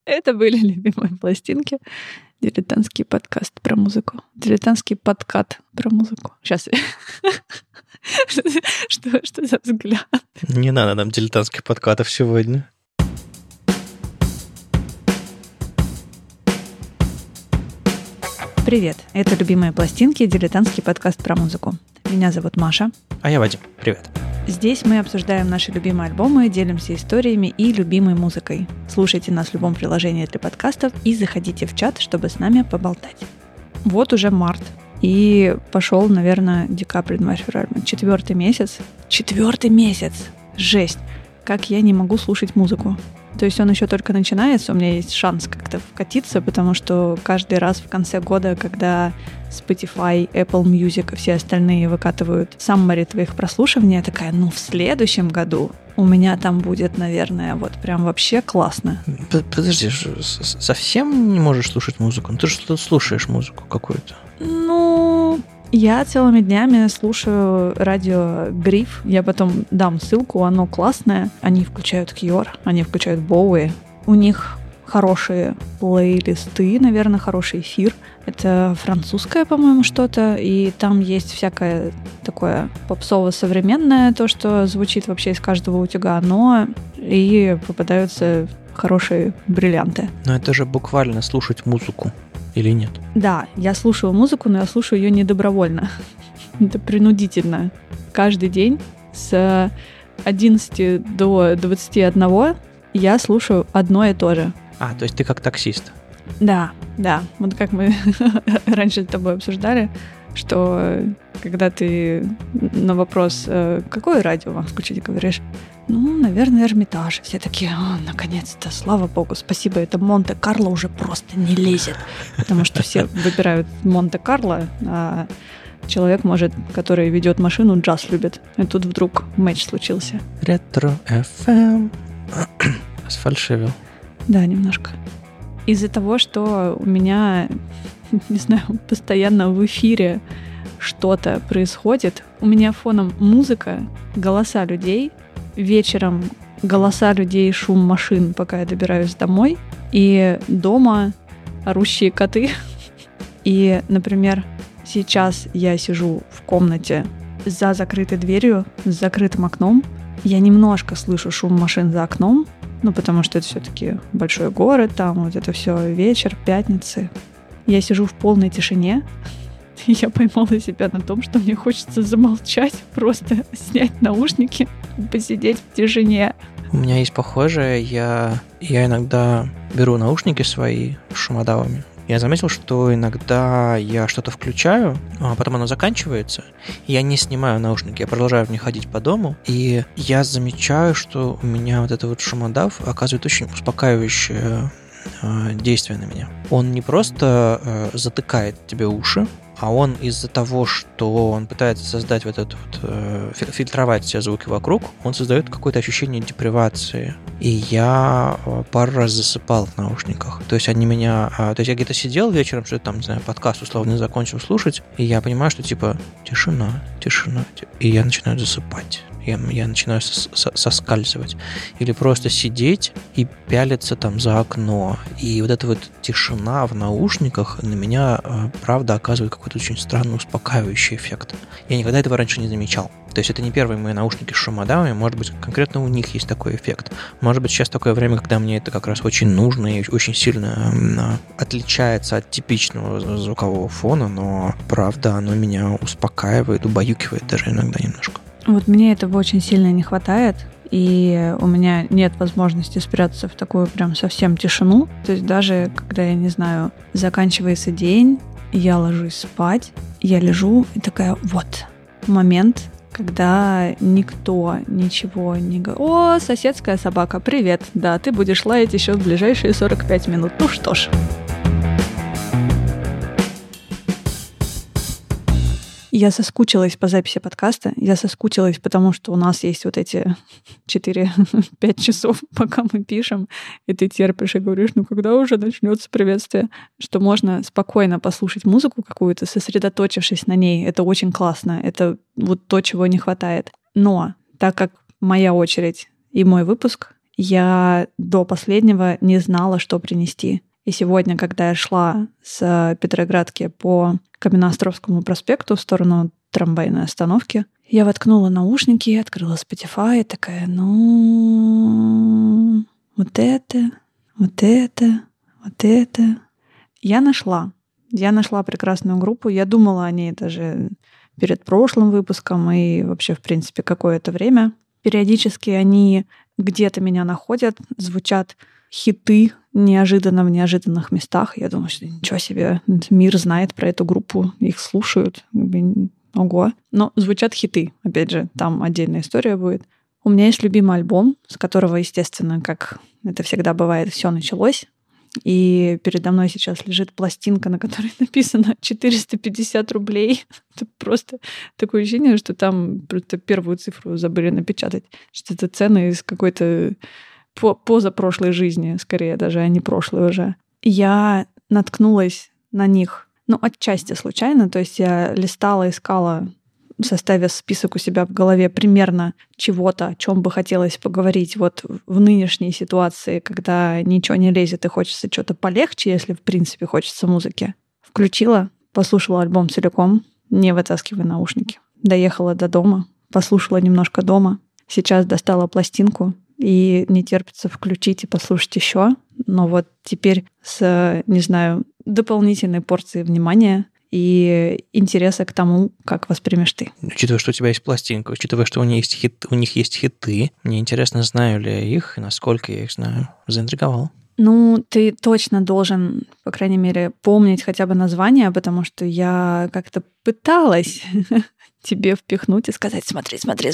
Это были любимые пластинки. Дилетантский подкаст про музыку. Дилетантский подкат про музыку. Сейчас. Что за взгляд? Не надо нам дилетантских подкатов сегодня. Привет. Это «Любимые пластинки» — дилетантский подкаст про музыку. Меня зовут Маша. А я Вадим. Привет. Здесь мы обсуждаем наши любимые альбомы, делимся историями и любимой музыкой. Слушайте нас в любом приложении для подкастов и заходите в чат, чтобы с нами поболтать. Вот уже март. И пошел, наверное, декабрь, январь, февраль. 4 месяц. 4 месяц! Жесть! Как я не могу слушать музыку. То есть он еще только начинается, у меня есть шанс как-то вкатиться, потому что каждый раз в конце года, когда Spotify, Apple Music и все остальные выкатывают саммари твоих прослушиваний, я такая, в следующем году у меня там будет, наверное, вот прям вообще классно. Подожди, совсем не можешь слушать музыку? Ты же тут слушаешь музыку какую-то. Я целыми днями слушаю радио Гриф. Я потом дам ссылку, оно классное. Они включают Cure, они включают Боуи. У них хорошие плейлисты, наверное, хороший эфир. Это французское, по-моему, что-то. И там есть всякое такое попсово-современное, то, что звучит вообще из каждого утюга. Но и попадаются хорошие бриллианты. Но это же буквально слушать музыку. Или нет? Да, я слушаю музыку, но я слушаю ее не добровольно. Это принудительно. Каждый день с 11 до 21 я слушаю одно и то же. То есть ты как таксист? Да. Вот как мы раньше с тобой обсуждали, что когда ты на вопрос, какое радио вам включить, говоришь, наверное, Эрмитаж. Все такие, наконец-то, слава богу, спасибо, это Монте-Карло уже просто не лезет. Потому что все выбирают Монте-Карло, а человек, который ведет машину, джаз любит. И тут вдруг матч случился. Ретро FM. Сфальшивил. Да, немножко. Из-за того, что у меня, не знаю, постоянно в эфире что-то происходит, у меня фоном музыка, голоса людей, вечером голоса людей, шум машин, пока я добираюсь домой, и дома орущие коты. И, например, сейчас я сижу в комнате за закрытой дверью, с закрытым окном. Я немножко слышу шум машин за окном, потому что это все-таки большой город, там вот это все вечер, пятницы. Я сижу в полной тишине. Я поймала себя на том, что мне хочется замолчать, просто снять наушники, посидеть в тишине. У меня есть похожее. Я иногда беру наушники свои с шумодавами. Я заметил, что иногда я что-то включаю, а потом оно заканчивается, и я не снимаю наушники, я продолжаю в них ходить по дому, и я замечаю, что у меня вот этот вот шумодав оказывает очень успокаивающее действие на меня. Он не просто затыкает тебе уши, а он из-за того, что он пытается создать фильтровать все звуки вокруг, он создает какое-то ощущение депривации. И я пару раз засыпал в наушниках. То есть я где-то сидел вечером, что-то там, не знаю, подкаст условно закончил слушать, и я понимаю, что тишина, и я начинаю засыпать. Я начинаю соскальзывать. Или просто сидеть и пялиться там за окно. И вот эта вот тишина в наушниках на меня, правда, оказывает какой-то очень странный успокаивающий эффект. Я никогда этого раньше не замечал. То есть это не первые мои наушники с шумодавами, может быть, конкретно у них есть такой эффект. Может быть, сейчас такое время, когда мне это как раз очень нужно и очень сильно отличается от типичного звукового фона, но, правда, оно меня успокаивает, убаюкивает даже иногда немножко. Вот мне этого очень сильно не хватает, и у меня нет возможности спрятаться в такую прям совсем тишину. То есть даже когда, я не знаю, заканчивается день, я ложусь спать, я лежу и такая, вот, момент, когда никто ничего не говорит. О, соседская собака, привет. Да, ты будешь лаять еще в ближайшие 45 минут. Ну что ж. Я соскучилась по записи подкаста. Я соскучилась, потому что у нас есть вот эти 4-5 часов, пока мы пишем, и ты терпишь и говоришь, когда уже начнется приветствие, что можно спокойно послушать музыку какую-то, сосредоточившись на ней. Это очень классно. Это вот то, чего не хватает. Но так как моя очередь и мой выпуск, Я до последнего не знала, что принести. И сегодня, когда я шла с Петроградки по Каменноостровскому проспекту в сторону трамвайной остановки, я воткнула наушники, открыла Spotify и такая, вот это. Я нашла прекрасную группу. Я думала о ней даже перед прошлым выпуском и вообще, в принципе, какое-то время. Периодически они где-то меня находят, звучат хиты неожиданно в неожиданных местах. Я думаю, что ничего себе, мир знает про эту группу, их слушают. Ого. Но звучат хиты. Опять же, там отдельная история будет. У меня есть любимый альбом, с которого, естественно, как это всегда бывает, все началось. И передо мной сейчас лежит пластинка, на которой написано 450 рублей. Это просто такое ощущение, что там просто первую цифру забыли напечатать. Что это цены из какой-то позапрошлой жизни, скорее даже, а не прошлой уже. Я наткнулась на них, отчасти случайно. То есть я листала, искала, составив список у себя в голове примерно чего-то, о чем бы хотелось поговорить вот в нынешней ситуации, когда ничего не лезет и хочется что-то полегче, если в принципе хочется музыки. Включила, послушала альбом целиком, не вытаскивая наушники. Доехала до дома, послушала немножко дома. Сейчас достала пластинку и не терпится включить и послушать еще. Но вот теперь с, дополнительной порцией внимания и интереса к тому, как воспримешь ты. Учитывая, что у тебя есть пластинка, учитывая, что у них есть хиты, мне интересно, знаю ли я их и насколько я их знаю. Заинтриговал. Ты точно должен, по крайней мере, помнить хотя бы название, потому что я как-то пыталась тебе впихнуть и сказать: смотри.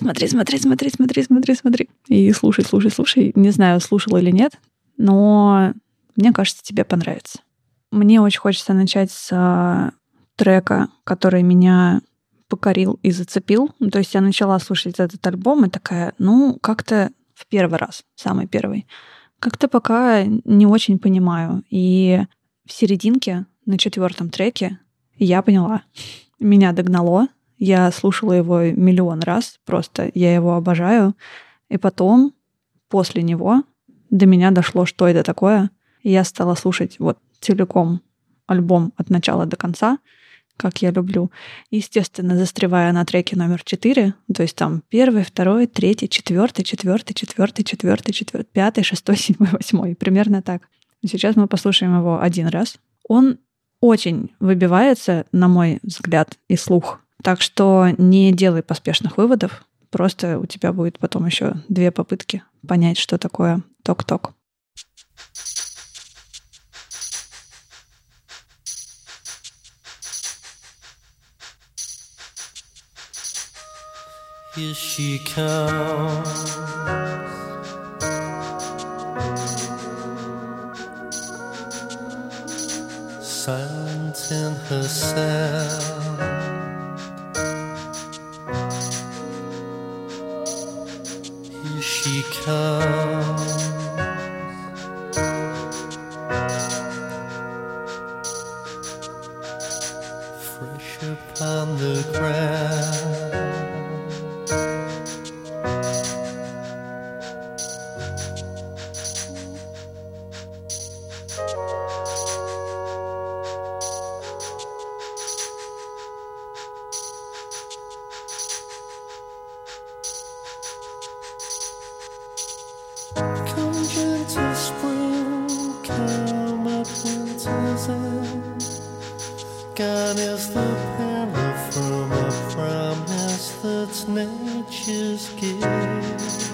И слушай. Не знаю, слушала или нет, но мне кажется, тебе понравится. Мне очень хочется начать с трека, который меня покорил и зацепил. То есть я начала слушать этот альбом и такая, как-то в первый раз, самый первый, как-то пока не очень понимаю. И в серединке, на 4-м треке, я поняла. Меня догнало. Я слушала его миллион раз. Просто я его обожаю. И потом, после него, до меня дошло, что это такое. И я стала слушать вот целиком альбом от начала до конца, как я люблю. Естественно, застревая на треке номер 4, то есть там 1, 2, 3, 4, 5, 6, 7, 8, примерно так. Сейчас мы послушаем его один раз. Он очень выбивается, на мой взгляд, и слух. Так что не делай поспешных выводов. Просто у тебя будет потом еще 2 попытки понять, что такое ток-ток. Here she comes, silent in herself. Here she comes, fresh upon the ground. Gone is the peril from a promise that's nature's gift.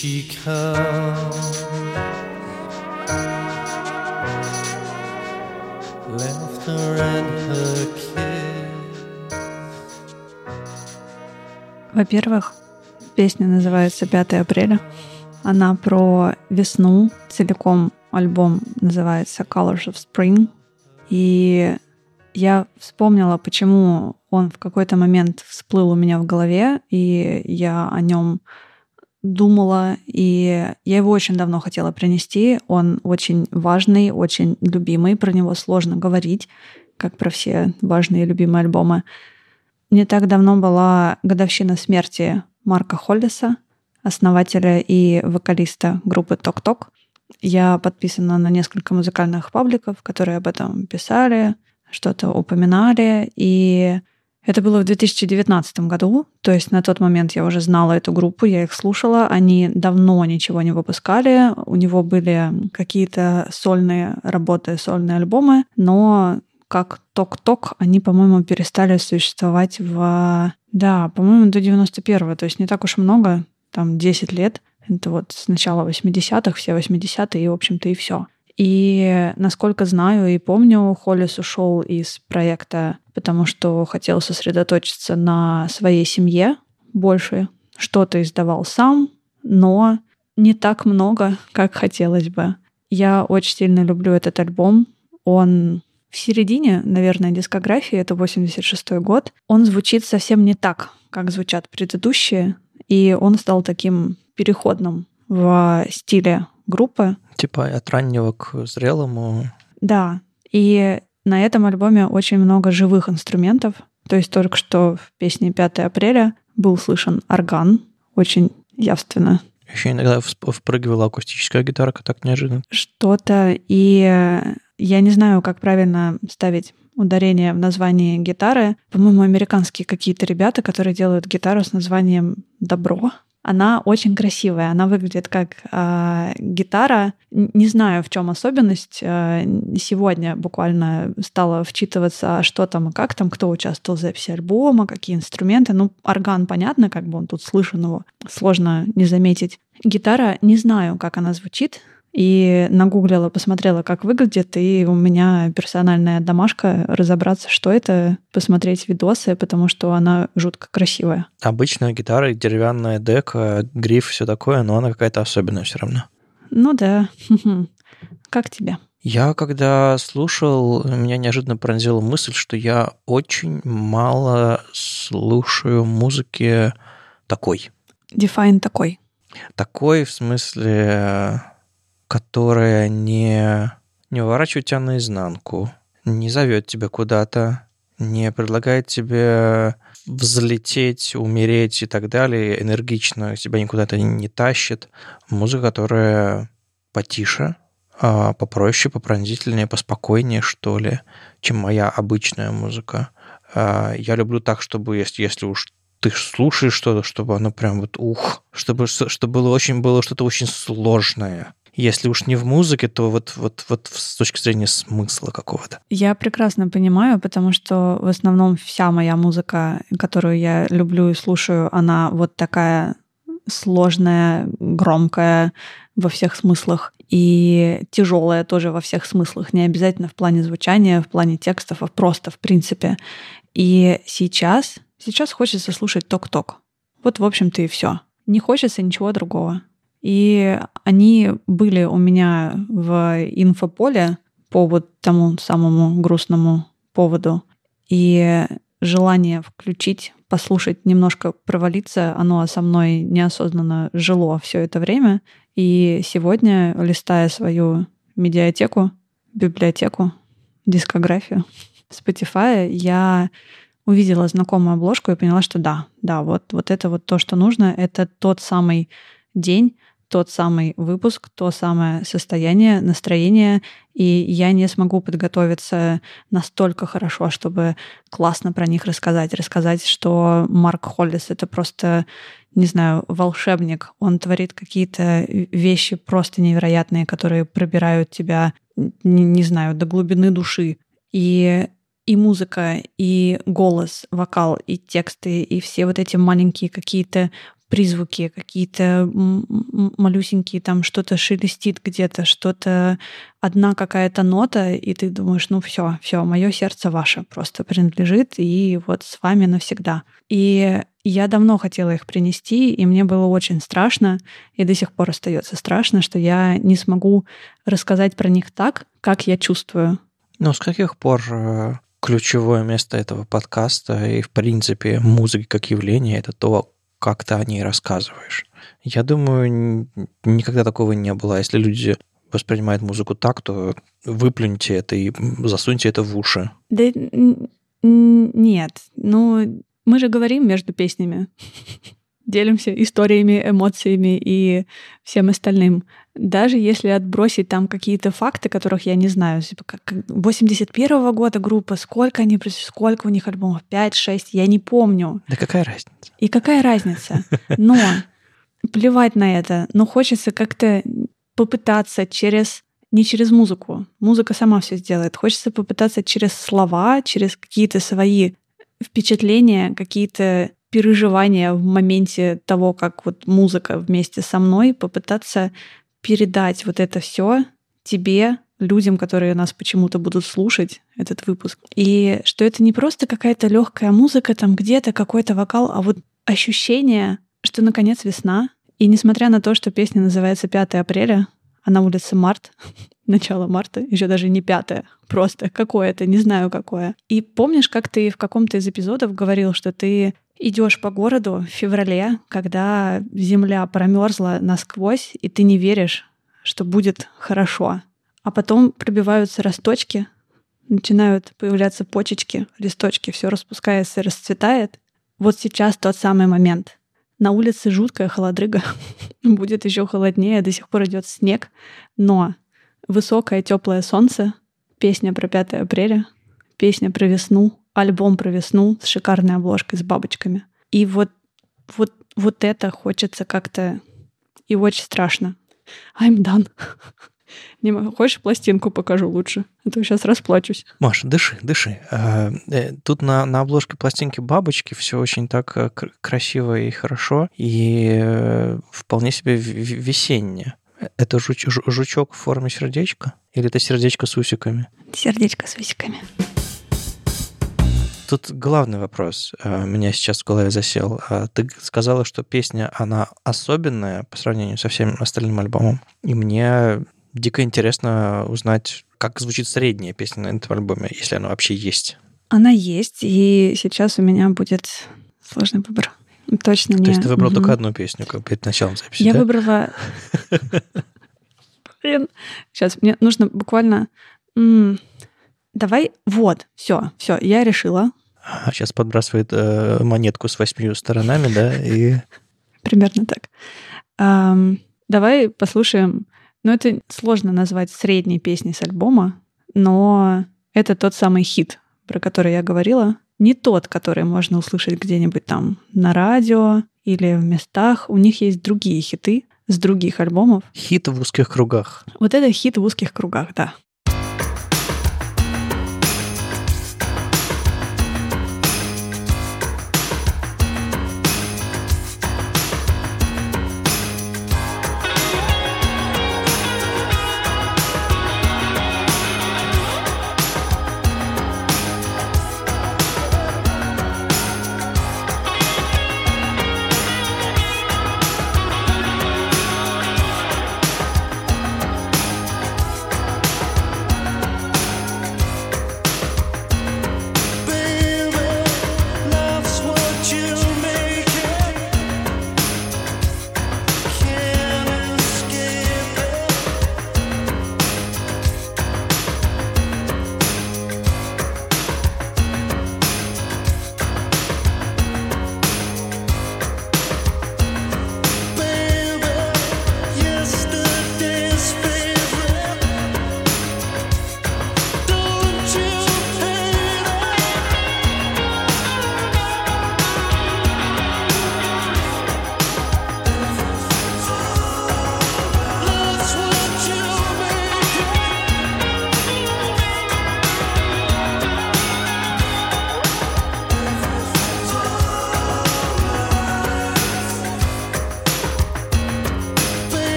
she comes. Laughter and her kiss. Во-первых, песня называется «5 апреля». Она про весну. Целиком альбом называется «Colors of Spring». И я вспомнила, почему он в какой-то момент всплыл у меня в голове, и я о нем думала, и я его очень давно хотела принести. Он очень важный, очень любимый, про него сложно говорить, как про все важные и любимые альбомы. Не так давно была годовщина смерти Марка Холлиса, основателя и вокалиста группы Ток-Ток. Я подписана на несколько музыкальных пабликов, которые об этом писали, что-то упоминали, и это было в 2019 году, то есть на тот момент я уже знала эту группу, я их слушала, они давно ничего не выпускали, у него были какие-то сольные работы, сольные альбомы, но как Ток-Ток они, по-моему, перестали существовать по-моему, до 91-го, то есть не так уж много, там 10 лет, это вот с начала 80-х, все 80-е, и, в общем-то, и все. И, насколько знаю и помню, Холлис ушел из проекта, потому что хотел сосредоточиться на своей семье больше. Что-то издавал сам, но не так много, как хотелось бы. Я очень сильно люблю этот альбом. Он в середине, наверное, дискографии, это 86-й год. Он звучит совсем не так, как звучат предыдущие, и он стал таким переходным в стиле группы. Типа от раннего к зрелому. Да, и на этом альбоме очень много живых инструментов. То есть только что в песне «5 апреля» был слышен орган, очень явственно. Еще иногда впрыгивала акустическая гитарка так неожиданно. Что-то, и я не знаю, как правильно ставить ударение в названии гитары. По-моему, американские какие-то ребята, которые делают гитару с названием «Добро». Она очень красивая, она выглядит как гитара. Не знаю, в чем особенность. Сегодня буквально стала вчитываться, что там и как там, кто участвовал в записи альбома, какие инструменты. Ну, орган, понятно, как бы он тут слышен, его сложно не заметить. Гитара, не знаю, как она звучит. И нагуглила, посмотрела, как выглядит, и у меня персональная домашка разобраться, что это, посмотреть видосы, потому что она жутко красивая. Обычная гитара, деревянная дека, гриф, все такое, но она какая-то особенная все равно. Ну да. Как тебе? Я, когда слушал, меня неожиданно пронзила мысль, что я очень мало слушаю музыки такой. Define такой. Такой, в смысле, которая не выворачивает тебя наизнанку, не зовет тебя куда-то, не предлагает тебе взлететь, умереть и так далее, энергично тебя никуда-то не тащит. Музыка, которая потише, попроще, попронзительнее, поспокойнее, что ли, чем моя обычная музыка. Я люблю так, чтобы, если уж ты слушаешь что-то, чтобы оно прям вот чтобы было что-то очень сложное. Если уж не в музыке, то вот с точки зрения смысла какого-то. Я прекрасно понимаю, потому что в основном вся моя музыка, которую я люблю и слушаю, она вот такая сложная, громкая во всех смыслах и тяжелая тоже во всех смыслах. Не обязательно в плане звучания, в плане текстов, а просто в принципе. И сейчас хочется слушать Ток-Ток. Вот, в общем-то, и все. Не хочется ничего другого. И они были у меня в инфополе по вот тому самому грустному поводу. И желание включить, послушать, немножко провалиться, оно со мной неосознанно жило все это время. И сегодня, листая свою медиатеку, библиотеку, дискографию Spotify, я увидела знакомую обложку и поняла, что да, вот это вот то, что нужно. Это тот самый день, тот самый выпуск, то самое состояние, настроение, и я не смогу подготовиться настолько хорошо, чтобы классно про них рассказать, что Марк Холлис — это просто, не знаю, волшебник. Он творит какие-то вещи просто невероятные, которые пробирают тебя, не знаю, до глубины души. И музыка, и голос, вокал, и тексты, и все вот эти маленькие какие-то призвуки, какие-то малюсенькие, там что-то шелестит где-то, что-то, одна какая-то нота, и ты думаешь, ну все, мое сердце ваше просто принадлежит, и вот с вами навсегда. И я давно хотела их принести, и мне было очень страшно, и до сих пор остается страшно, что я не смогу рассказать про них так, как я чувствую. Ну, с каких пор ключевое место этого подкаста и, в принципе, музыки как явление — это то, как ты о ней рассказываешь? Я думаю, никогда такого не было. Если люди воспринимают музыку так, то выплюньте это и засуньте это в уши. Да нет, ну мы же говорим между песнями, делимся историями, эмоциями и всем остальным. Даже если отбросить там какие-то факты, которых я не знаю, типа как 81-го года группа, сколько у них альбомов, 5-6, я не помню. Да какая разница? И какая разница? Но плевать на это, но хочется как-то попытаться не через музыку. Музыка сама все сделает. Хочется попытаться через слова, через какие-то свои впечатления, какие-то переживания в моменте того, как вот музыка вместе со мной, попытаться передать вот это все тебе, людям, которые нас почему-то будут слушать этот выпуск. И что это не просто какая-то легкая музыка, там где-то какой-то вокал, а вот ощущение, что наконец весна. И несмотря на то, что песня называется «5 апреля», а на улице март, начало марта, еще даже не 5, просто какое-то, не знаю какое. И помнишь, как ты в каком-то из эпизодов говорил, что ты идешь по городу в феврале, когда земля промерзла насквозь, и ты не веришь, что будет хорошо. А потом пробиваются росточки, начинают появляться почечки, листочки, все распускается, расцветает. Вот сейчас тот самый момент. На улице жуткая холодрыга, будет еще холоднее, до сих пор идет снег, но высокое теплое солнце, песня про 5 апреля, песня про весну, альбом про весну с шикарной обложкой с бабочками. И вот это хочется как-то, и очень страшно. I'm done. Не могу. Хочешь, пластинку покажу лучше? А то сейчас расплачусь. Маша, дыши. Тут на обложке пластинки бабочки все очень так красиво и хорошо, и вполне себе весеннее. Это жучок в форме сердечка? Или это сердечко с усиками? Сердечко с усиками. Тут главный вопрос меня сейчас в голове засел. Ты сказала, что песня, она особенная по сравнению со всем остальным альбомом. И мне дико интересно узнать, как звучит средняя песня на этом альбоме, если она вообще есть. Она есть, и сейчас у меня будет сложный выбор. Точно не. То есть ты выбрал только одну песню перед началом записи, Я да? выбрала... Блин. Сейчас, мне нужно буквально... Давай, вот, все, я решила. Сейчас подбрасывает монетку с 8 сторонами, да, и... Примерно так. Давай послушаем. Ну, это сложно назвать средней песней с альбома, но это тот самый хит, про который я говорила. Не тот, который можно услышать где-нибудь там на радио или в местах. У них есть другие хиты с других альбомов. Хит в узких кругах. Вот это хит в узких кругах, да.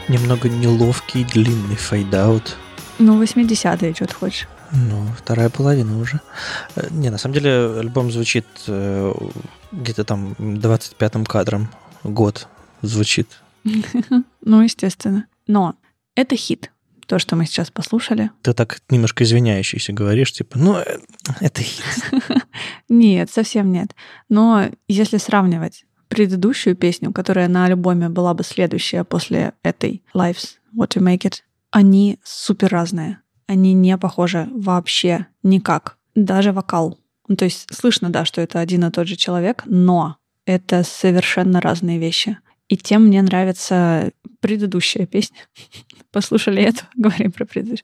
Немного неловкий, длинный фейдаут. Ну, 80-е, что ты хочешь. Ну, вторая половина уже. Не, на самом деле альбом звучит где-то там 25-м кадром. Год звучит. Ну, естественно. Но это хит. То, что мы сейчас послушали. Ты так немножко извиняющийся говоришь, типа, ну, это хит. Нет, совсем нет. Но если сравнивать предыдущую песню, которая на альбоме была бы следующая после этой Life's What You Make It, они супер разные. Они не похожи вообще никак. Даже вокал. Ну, то есть слышно, да, что это один и тот же человек, но это совершенно разные вещи. И тем мне нравится предыдущая песня. Послушали эту, говорим про предыдущую.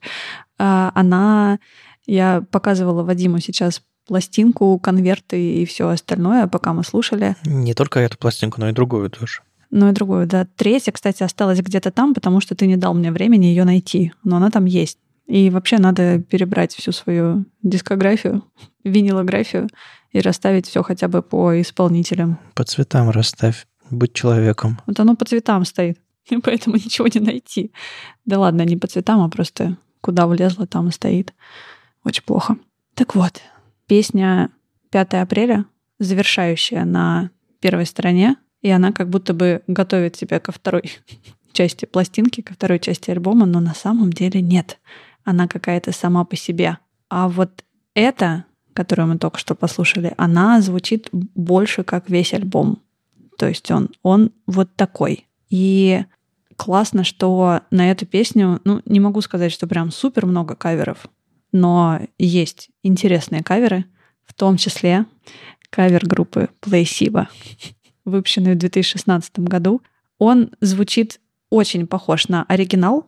Я показывала Вадиму сейчас пластинку, конверты и все остальное, пока мы слушали. Не только эту пластинку, но и другую тоже. Ну и другую, да. Третья, кстати, осталась где-то там, потому что ты не дал мне времени ее найти. Но она там есть. И вообще надо перебрать всю свою дискографию, винилографию и расставить все хотя бы по исполнителям. По цветам расставь. Будь человеком. Вот оно по цветам стоит, и поэтому ничего не найти. Да ладно, не по цветам, а просто куда влезла, там и стоит. Очень плохо. Так вот, песня 5 апреля, завершающая на первой стороне, и она как будто бы готовит тебя ко второй части пластинки, ко второй части альбома, но на самом деле нет. Она какая-то сама по себе. А вот эта, которую мы только что послушали, она звучит больше как весь альбом. То есть он вот такой. И классно, что на эту песню, ну, не могу сказать, что прям супер много каверов, но есть интересные каверы, в том числе кавер группы Placebo, выпущенный в 2016 году. Он звучит очень похож на оригинал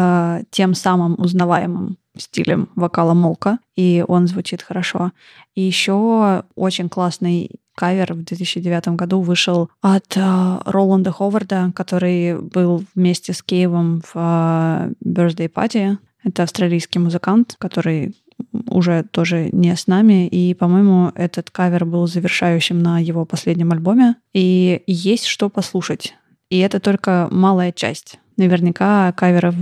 с тем самым узнаваемым стилем вокала Молка, и он звучит хорошо. И еще очень классный кавер в 2009 году вышел от Роланда Ховарда, который был вместе с Кейвом в Birthday Party. Это австралийский музыкант, который уже тоже не с нами, и, по-моему, этот кавер был завершающим на его последнем альбоме. И есть что послушать. И это только малая часть. Наверняка каверов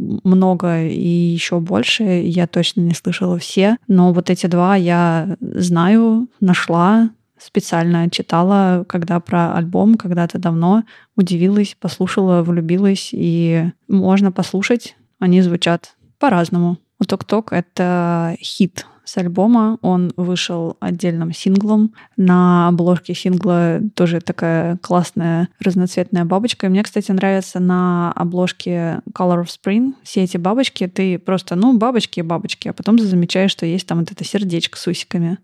много и еще больше. Я точно не слышала все. Но вот эти два я знаю, нашла, специально читала, когда про альбом, когда-то давно. Удивилась, послушала, влюбилась. И можно послушать. Они звучат по-разному. «Ток-ток» — это хит с альбома. Он вышел отдельным синглом. На обложке сингла тоже такая классная разноцветная бабочка. И мне, кстати, нравится на обложке Color of Spring все эти бабочки. Ты просто, бабочки и бабочки, а потом замечаешь, что есть там вот это сердечко с усиками.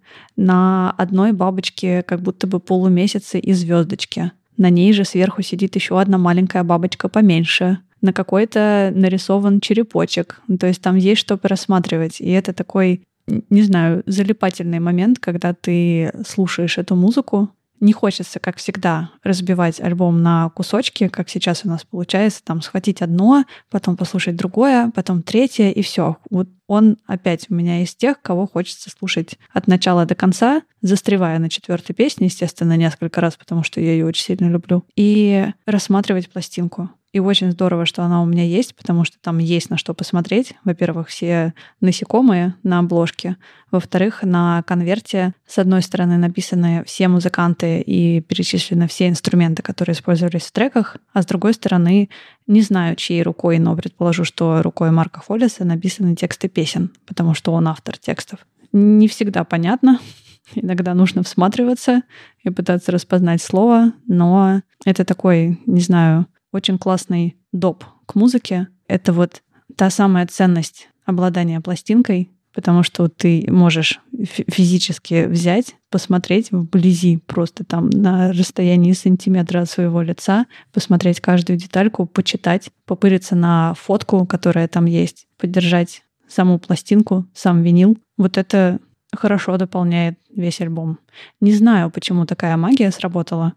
На одной бабочке как будто бы полумесяцы и звездочки. На ней же сверху сидит еще одна маленькая бабочка поменьше. На какой-то нарисован черепочек. То есть там есть что просматривать. И это такой, не знаю, залипательный момент, когда ты слушаешь эту музыку. Не хочется, как всегда, разбивать альбом на кусочки, как сейчас у нас получается, там схватить одно, потом послушать другое, потом третье, и все. Вот он опять у меня из тех, кого хочется слушать от начала до конца, застревая на 4-й песне, естественно, несколько раз, потому что я ее очень сильно люблю, и рассматривать пластинку. И очень здорово, что она у меня есть, потому что там есть на что посмотреть. Во-первых, все насекомые на обложке. Во-вторых, на конверте с одной стороны написаны все музыканты и перечислены все инструменты, которые использовались в треках, а с другой стороны, не знаю, чьей рукой, но предположу, что рукой Марка Фоллиса написаны тексты песен, потому что он автор текстов. Не всегда понятно. Иногда нужно всматриваться и пытаться распознать слово, но это такой, не знаю, очень классный доп к музыке. Это вот та самая ценность обладания пластинкой, потому что ты можешь физически взять, посмотреть вблизи, просто там на расстоянии сантиметра от своего лица, посмотреть каждую детальку, почитать, попыриться на фотку, которая там есть, поддержать саму пластинку, сам винил. Вот это хорошо дополняет весь альбом. Не знаю, почему такая магия сработала.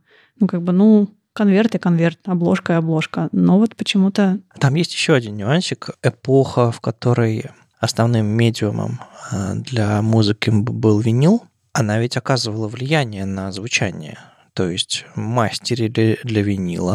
Конверт и конверт, обложка и обложка. Но вот почему-то... Там есть еще один нюансик. Эпоха, в которой основным медиумом для музыки был винил, она ведь оказывала влияние на звучание. То есть мастерили для винила,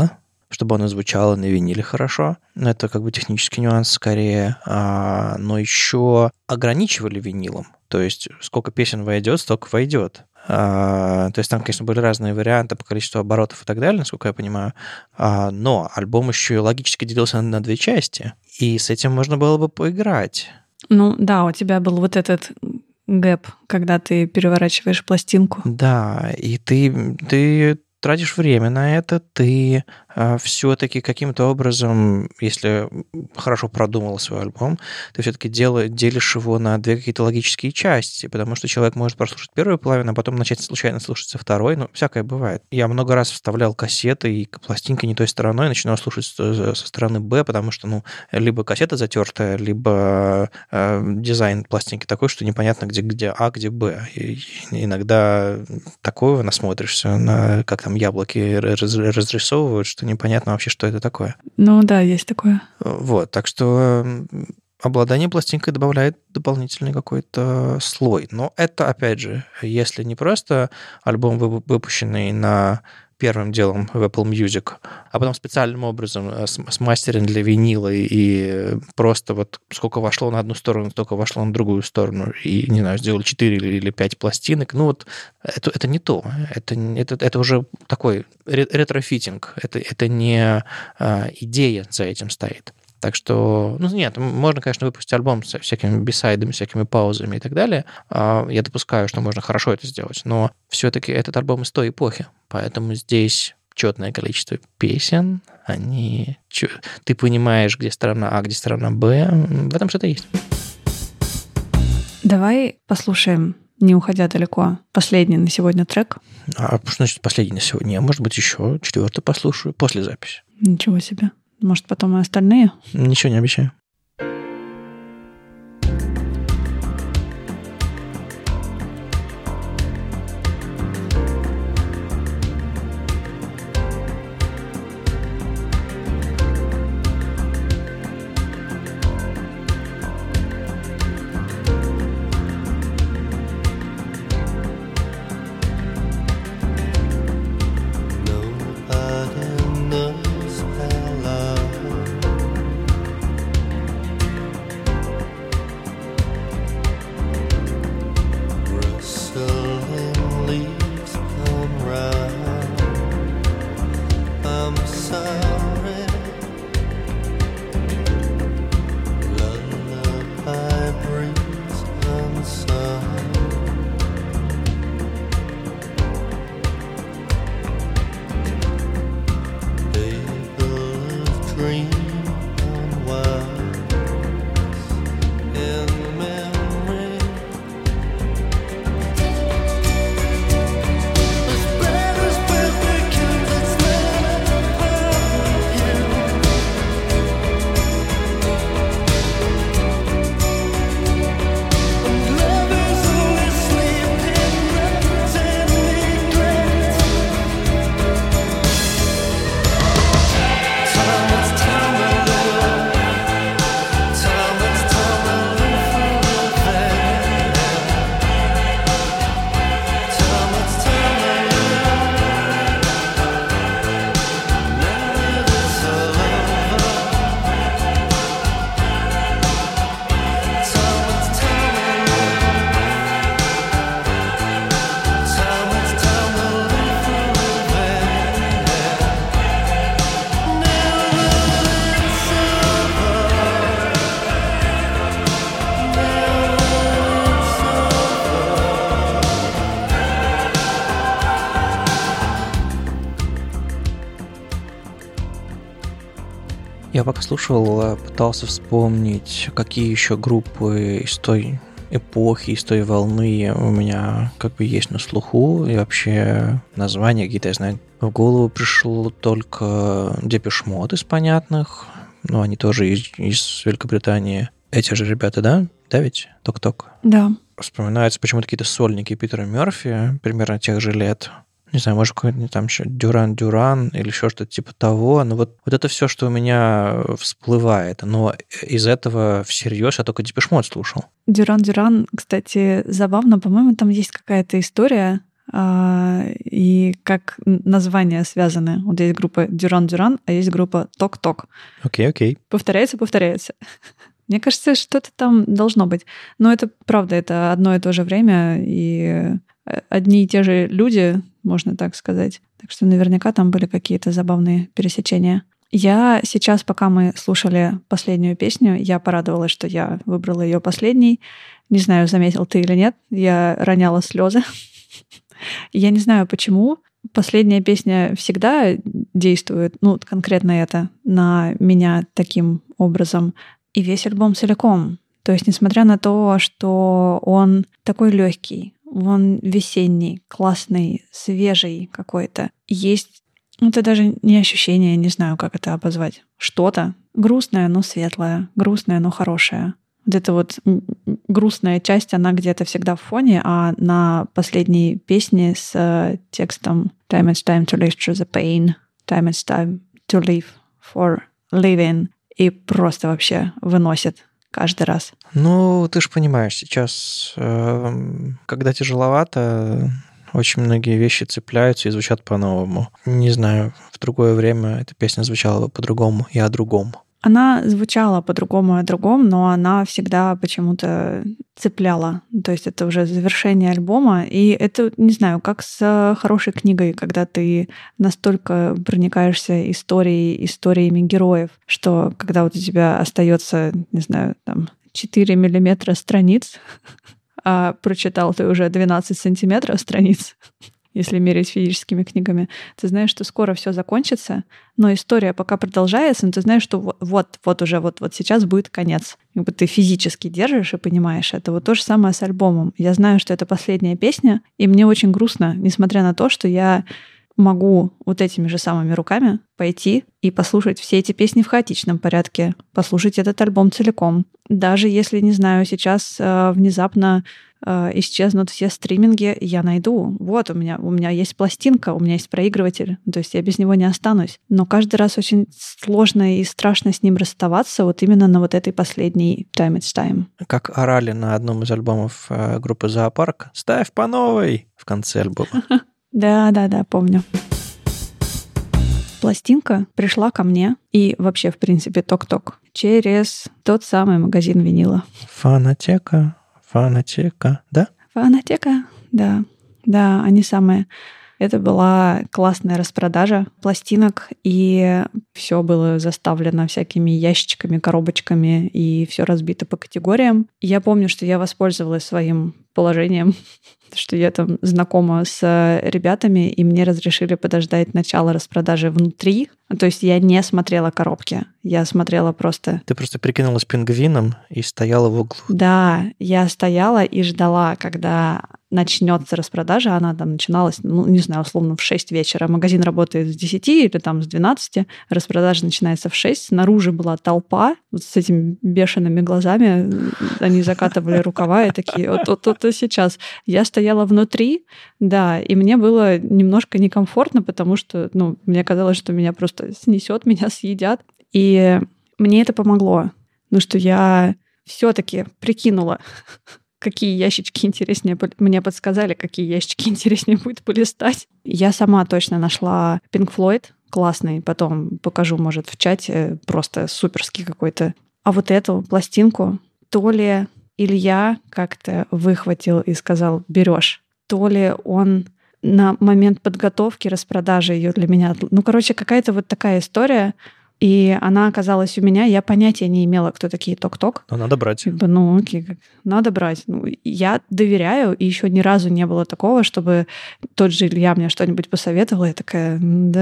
чтобы оно звучало на виниле хорошо. Это как бы технический нюанс скорее. Но еще ограничивали винилом. То есть сколько песен войдет, столько войдет. То есть там, конечно, были разные варианты по количеству оборотов и так далее, насколько я понимаю. Но альбом еще и логически делился на две части. И с этим можно было бы поиграть. Ну да, у тебя был вот этот гэп, когда ты переворачиваешь пластинку. Да, и ты тратишь время на это, ты все-таки каким-то образом, если хорошо продумал свой альбом, ты все-таки делишь его на две какие-то логические части, потому что человек может прослушать первую половину, а потом начать случайно слушать со второй, ну, всякое бывает. Я много раз вставлял кассеты и пластинки не той стороной, начинал слушать со стороны Б, потому что, ну, либо кассета затертая, либо дизайн пластинки такой, что непонятно, где А, где Б. И иногда такое насмотришься, как там яблоки разрисовывают, что непонятно вообще, что это такое. Ну да, есть такое. Вот, так что обладание пластинкой добавляет дополнительный какой-то слой. Но это, опять же, если не просто альбом, выпущенный на первым делом в Apple Music, а потом специальным образом смастерен для винила, и просто вот сколько вошло на одну сторону, столько вошло на другую сторону, и, не знаю, сделали 4 или 5 пластинок, ну вот это не то. Это уже такой ретрофитинг, это не идея за этим стоит. Так что, ну нет, можно, конечно, выпустить альбом со всякими бисайдами, всякими паузами и так далее. Я допускаю, что можно хорошо это сделать, но все-таки этот альбом из той эпохи, поэтому здесь четное количество песен, ты понимаешь, где сторона А, где сторона Б, в этом что-то есть. Давай послушаем, не уходя далеко, последний на сегодня трек. А что значит последний на сегодня? Может быть, еще 4-й послушаю после записи. Ничего себе. Может, потом и остальные? Ничего не обещаю. Я пока слушал, пытался вспомнить, какие еще группы из той эпохи, из той волны у меня как бы есть на слуху, и вообще названия какие-то, я знаю. В голову пришло только Depeche Mode из понятных, но они тоже из Великобритании. Эти же ребята, да? Да ведь? Ток-ток. Да. Вспоминаются почему-то какие-то сольники Питера Мёрфи, примерно тех же лет. Не знаю, может, какой-нибудь там еще Дюран или еще что-то типа того. Но вот это все, что у меня всплывает. Но из этого всерьез я только Depeche Mode слушал. Дюран, кстати, забавно. По-моему, там есть какая-то история и как названия связаны. Вот есть группа Дюран-Дюран, а есть группа Ток-Ток. Окей. Повторяется. Мне кажется, что-то там должно быть. Но это правда, это одно и то же время, и одни и те же люди, можно так сказать. Так что наверняка там были какие-то забавные пересечения. Я сейчас, пока мы слушали последнюю песню, я порадовалась, что я выбрала ее последней. Не знаю, заметил ты или нет, я роняла слезы. Я не знаю, почему. Последняя песня всегда действует, конкретно это, на меня таким образом. И весь альбом целиком. То есть, несмотря на то, что он такой легкий, он весенний, классный, свежий какой-то, есть... Это даже не ощущение, не знаю, как это обозвать. Что-то грустное, но светлое, грустное, но хорошее. Вот эта вот грустная часть, она где-то всегда в фоне, а на последней песне с текстом «Time it's time to live through the pain», «Time it's time to live for living», и просто вообще выносит каждый раз. Ты же понимаешь, сейчас, когда тяжеловато, очень многие вещи цепляются и звучат по-новому. Не знаю, в другое время эта песня звучала бы по-другому и о другом. Она звучала по-другому и о другом, но она всегда почему-то цепляла. То есть это уже завершение альбома. И это, не знаю, как с хорошей книгой, когда ты настолько проникаешься историями героев, что когда вот у тебя остается, не знаю, там 4 миллиметра страниц, а прочитал ты уже 12 сантиметров страниц, если мерить физическими книгами, ты знаешь, что скоро все закончится, но история пока продолжается, но ты знаешь, что вот сейчас будет конец. Как бы ты физически держишь и понимаешь это. Вот то же самое с альбомом. Я знаю, что это последняя песня, и мне очень грустно, несмотря на то, что я могу вот этими же самыми руками пойти и послушать все эти песни в хаотичном порядке, послушать этот альбом целиком. Даже если, не знаю, сейчас внезапно исчезнут все стриминги, я найду. Вот, у меня есть пластинка, у меня есть проигрыватель, то есть я без него не останусь. Но каждый раз очень сложно и страшно с ним расставаться вот именно на вот этой последней Time It's Time. Как орали на одном из альбомов группы «Зоопарк», «Ставь по новой» в конце альбома. Да, помню. Пластинка пришла ко мне и вообще, в принципе, Ток-Ток через тот самый магазин винила. Фонотека, да? Фонотека, да. Да, они самые. Это была классная распродажа пластинок, и все было заставлено всякими ящичками, коробочками, и все разбито по категориям. Я помню, что я воспользовалась своим положением, что я там знакома с ребятами, и мне разрешили подождать начала распродажи внутри. То есть я не смотрела коробки, я смотрела просто... Ты просто прикинулась пингвином и стояла в углу. Да, я стояла и ждала, когда начнется распродажа. Она там начиналась, не знаю, условно в 6 вечера. Магазин работает с 10 или там с 12. Распродажа начинается в 6. Снаружи была толпа вот с этими бешеными глазами. Они закатывали рукава и такие, вот сейчас. Я стояла внутри, да, и мне было немножко некомфортно, потому что, мне казалось, что меня просто снесет, меня съедят. И мне это помогло. Что я все-таки прикинула, какие ящички интереснее мне подсказали, какие ящички интереснее будет полистать. Я сама точно нашла Pink Floyd, классный, потом покажу, может, в чате, просто суперский какой-то. А вот эту пластинку то ли Илья как-то выхватил и сказал: берешь, то ли он на момент подготовки распродажи ее для меня... какая-то вот такая история. И она оказалась у меня. Я понятия не имела, кто такие Ток-Ток. Но надо брать. Окей, надо брать. Я доверяю, и еще ни разу не было такого, чтобы тот же Илья мне что-нибудь посоветовал. Я такая,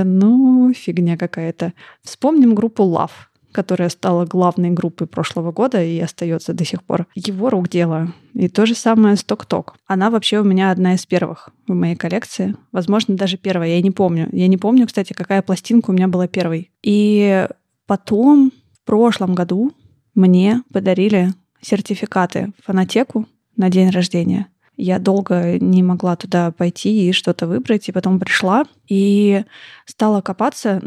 фигня какая-то. Вспомним группу Love, которая стала главной группой прошлого года и остается до сих пор. Его рук дело. И то же самое с Ток-Ток. Она вообще у меня одна из первых в моей коллекции. Возможно, даже первая. Я не помню. Я не помню, кстати, какая пластинка у меня была первой. И потом, в прошлом году, мне подарили сертификаты в фонотеку на день рождения. Я долго не могла туда пойти и что-то выбрать, и потом пришла и стала копаться,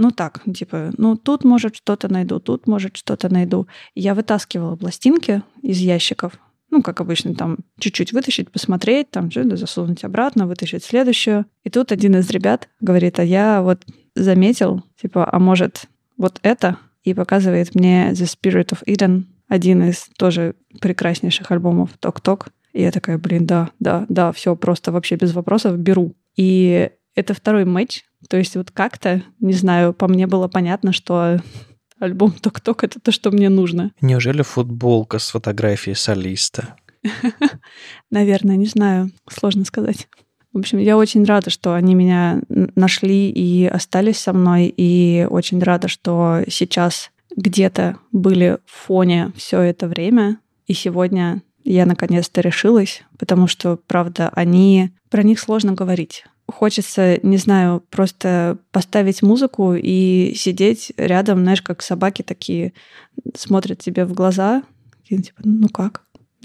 тут, может, что-то найду, тут, может, что-то найду. Я вытаскивала пластинки из ящиков, Ну, как обычно, там чуть-чуть вытащить, посмотреть, там что-то засунуть обратно, вытащить следующую. И тут один из ребят говорит, а я вот заметил, типа, а может вот это? И показывает мне The Spirit of Eden, один из тоже прекраснейших альбомов Ток-Ток. И я такая, блин, да, все просто вообще без вопросов беру. И это второй матч. То есть вот как-то, не знаю, по мне было понятно, что альбом Ток-Ток — это то, что мне нужно. Неужели футболка с фотографией солиста? Наверное, не знаю. Сложно сказать. В общем, я очень рада, что они меня нашли и остались со мной. И очень рада, что сейчас где-то были в фоне все это время. И сегодня я наконец-то решилась, потому что, правда, про них сложно говорить. Хочется, не знаю, просто поставить музыку и сидеть рядом, знаешь, как собаки такие смотрят тебе в глаза, и типа, ну как,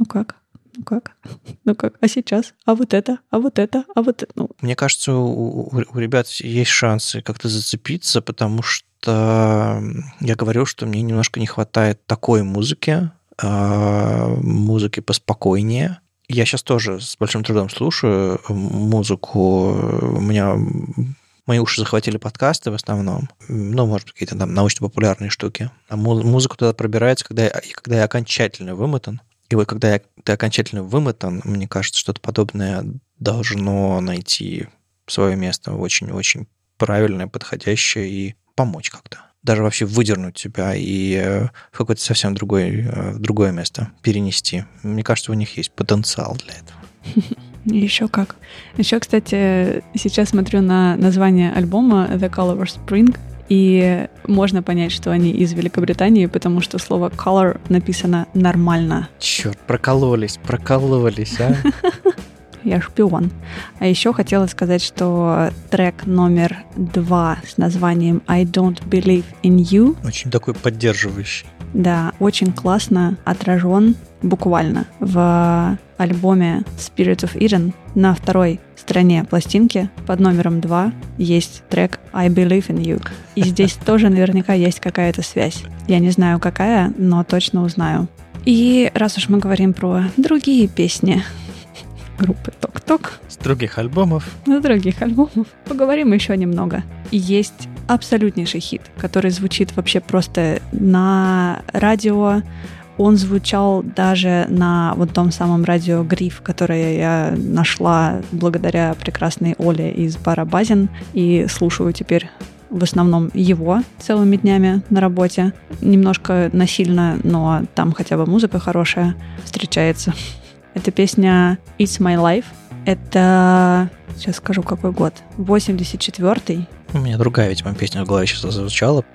а сейчас, а вот это. Ну. Мне кажется, у ребят есть шансы как-то зацепиться, потому что я говорил, что мне немножко не хватает такой музыки поспокойнее. Я сейчас тоже с большим трудом слушаю музыку. Мои уши захватили подкасты в основном. Ну, может быть, какие-то там научно-популярные штуки. А музыка туда пробирается, когда я окончательно вымотан. И вот когда ты окончательно вымотан, мне кажется, что-то подобное должно найти свое место очень-очень правильное, подходящее и помочь как-то. Даже вообще выдернуть тебя и в какое-то совсем другое место перенести. Мне кажется, у них есть потенциал для этого. Еще как. Еще, кстати, сейчас смотрю на название альбома The Color Spring, и можно понять, что они из Великобритании, потому что слово color написано нормально. Черт, прокололись, а? Я шпион. А еще хотела сказать, что трек номер 2 с названием I Don't Believe in You. Очень такой поддерживающий. Да, очень классно отражен буквально в альбоме Spirit of Eden. На второй стороне пластинки под номером 2 есть трек I Believe in You. И здесь тоже наверняка есть какая-то связь. Я не знаю, какая, но точно узнаю. И раз уж мы говорим про другие песни группы Ток-Ток. С других альбомов. Поговорим еще немного. И есть абсолютнейший хит, который звучит вообще просто на радио. Он звучал даже на вот том самом радио Гриф, которое я нашла благодаря прекрасной Оле из бара Базин. И слушаю теперь в основном его целыми днями на работе. Немножко насильно, но там хотя бы музыка хорошая встречается. Это песня It's My Life. Это, сейчас скажу, какой год. 84-й. У меня другая, видимо, песня в голове сейчас зазвучала.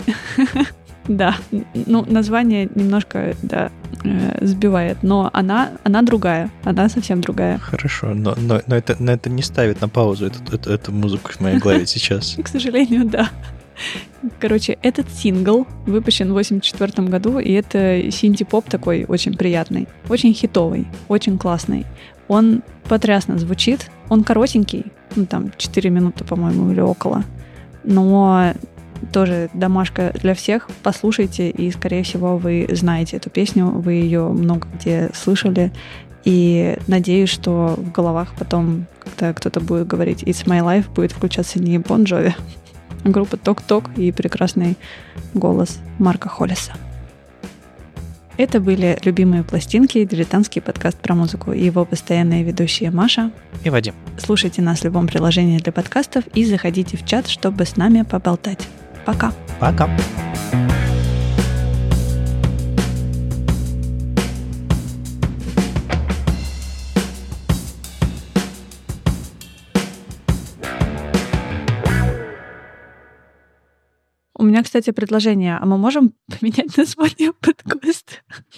Да, ну, название немножко, да, сбивает, но она другая, она совсем другая. Хорошо, но это не ставит на паузу эту музыку в моей голове сейчас. К сожалению, да. Короче, этот сингл выпущен в 1984 году, и это синти-поп такой очень приятный, очень хитовый, очень классный. Он потрясно звучит, он коротенький, ну там 4 минуты, по-моему, или около, но тоже домашка для всех. Послушайте, и, скорее всего, вы знаете эту песню, вы ее много где слышали, и надеюсь, что в головах потом, когда кто-то будет говорить «It's my life», будет включаться не Бон Джови, а группа Ток-Ток и прекрасный голос Марка Холлиса. Это были «Любимые пластинки», дилетантский подкаст про музыку, и его постоянные ведущие Маша и Вадим. Слушайте нас в любом приложении для подкастов и заходите в чат, чтобы с нами поболтать. Пока. Пока. У меня, кстати, предложение. А мы можем поменять название подкаста?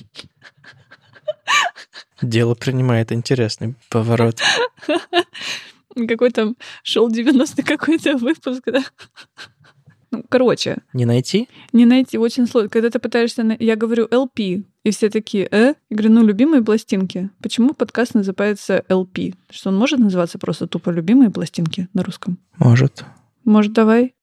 Дело принимает интересный поворот. Какой там шел 90-й какой-то выпуск, да? Ну, короче. Не найти? Не найти, очень сложно. Когда ты пытаешься... Я говорю LP, и все такие, Я говорю, ну, любимые пластинки. Почему подкаст называется LP? Что он может называться просто тупо «Любимые пластинки» на русском? Может. Может, давай?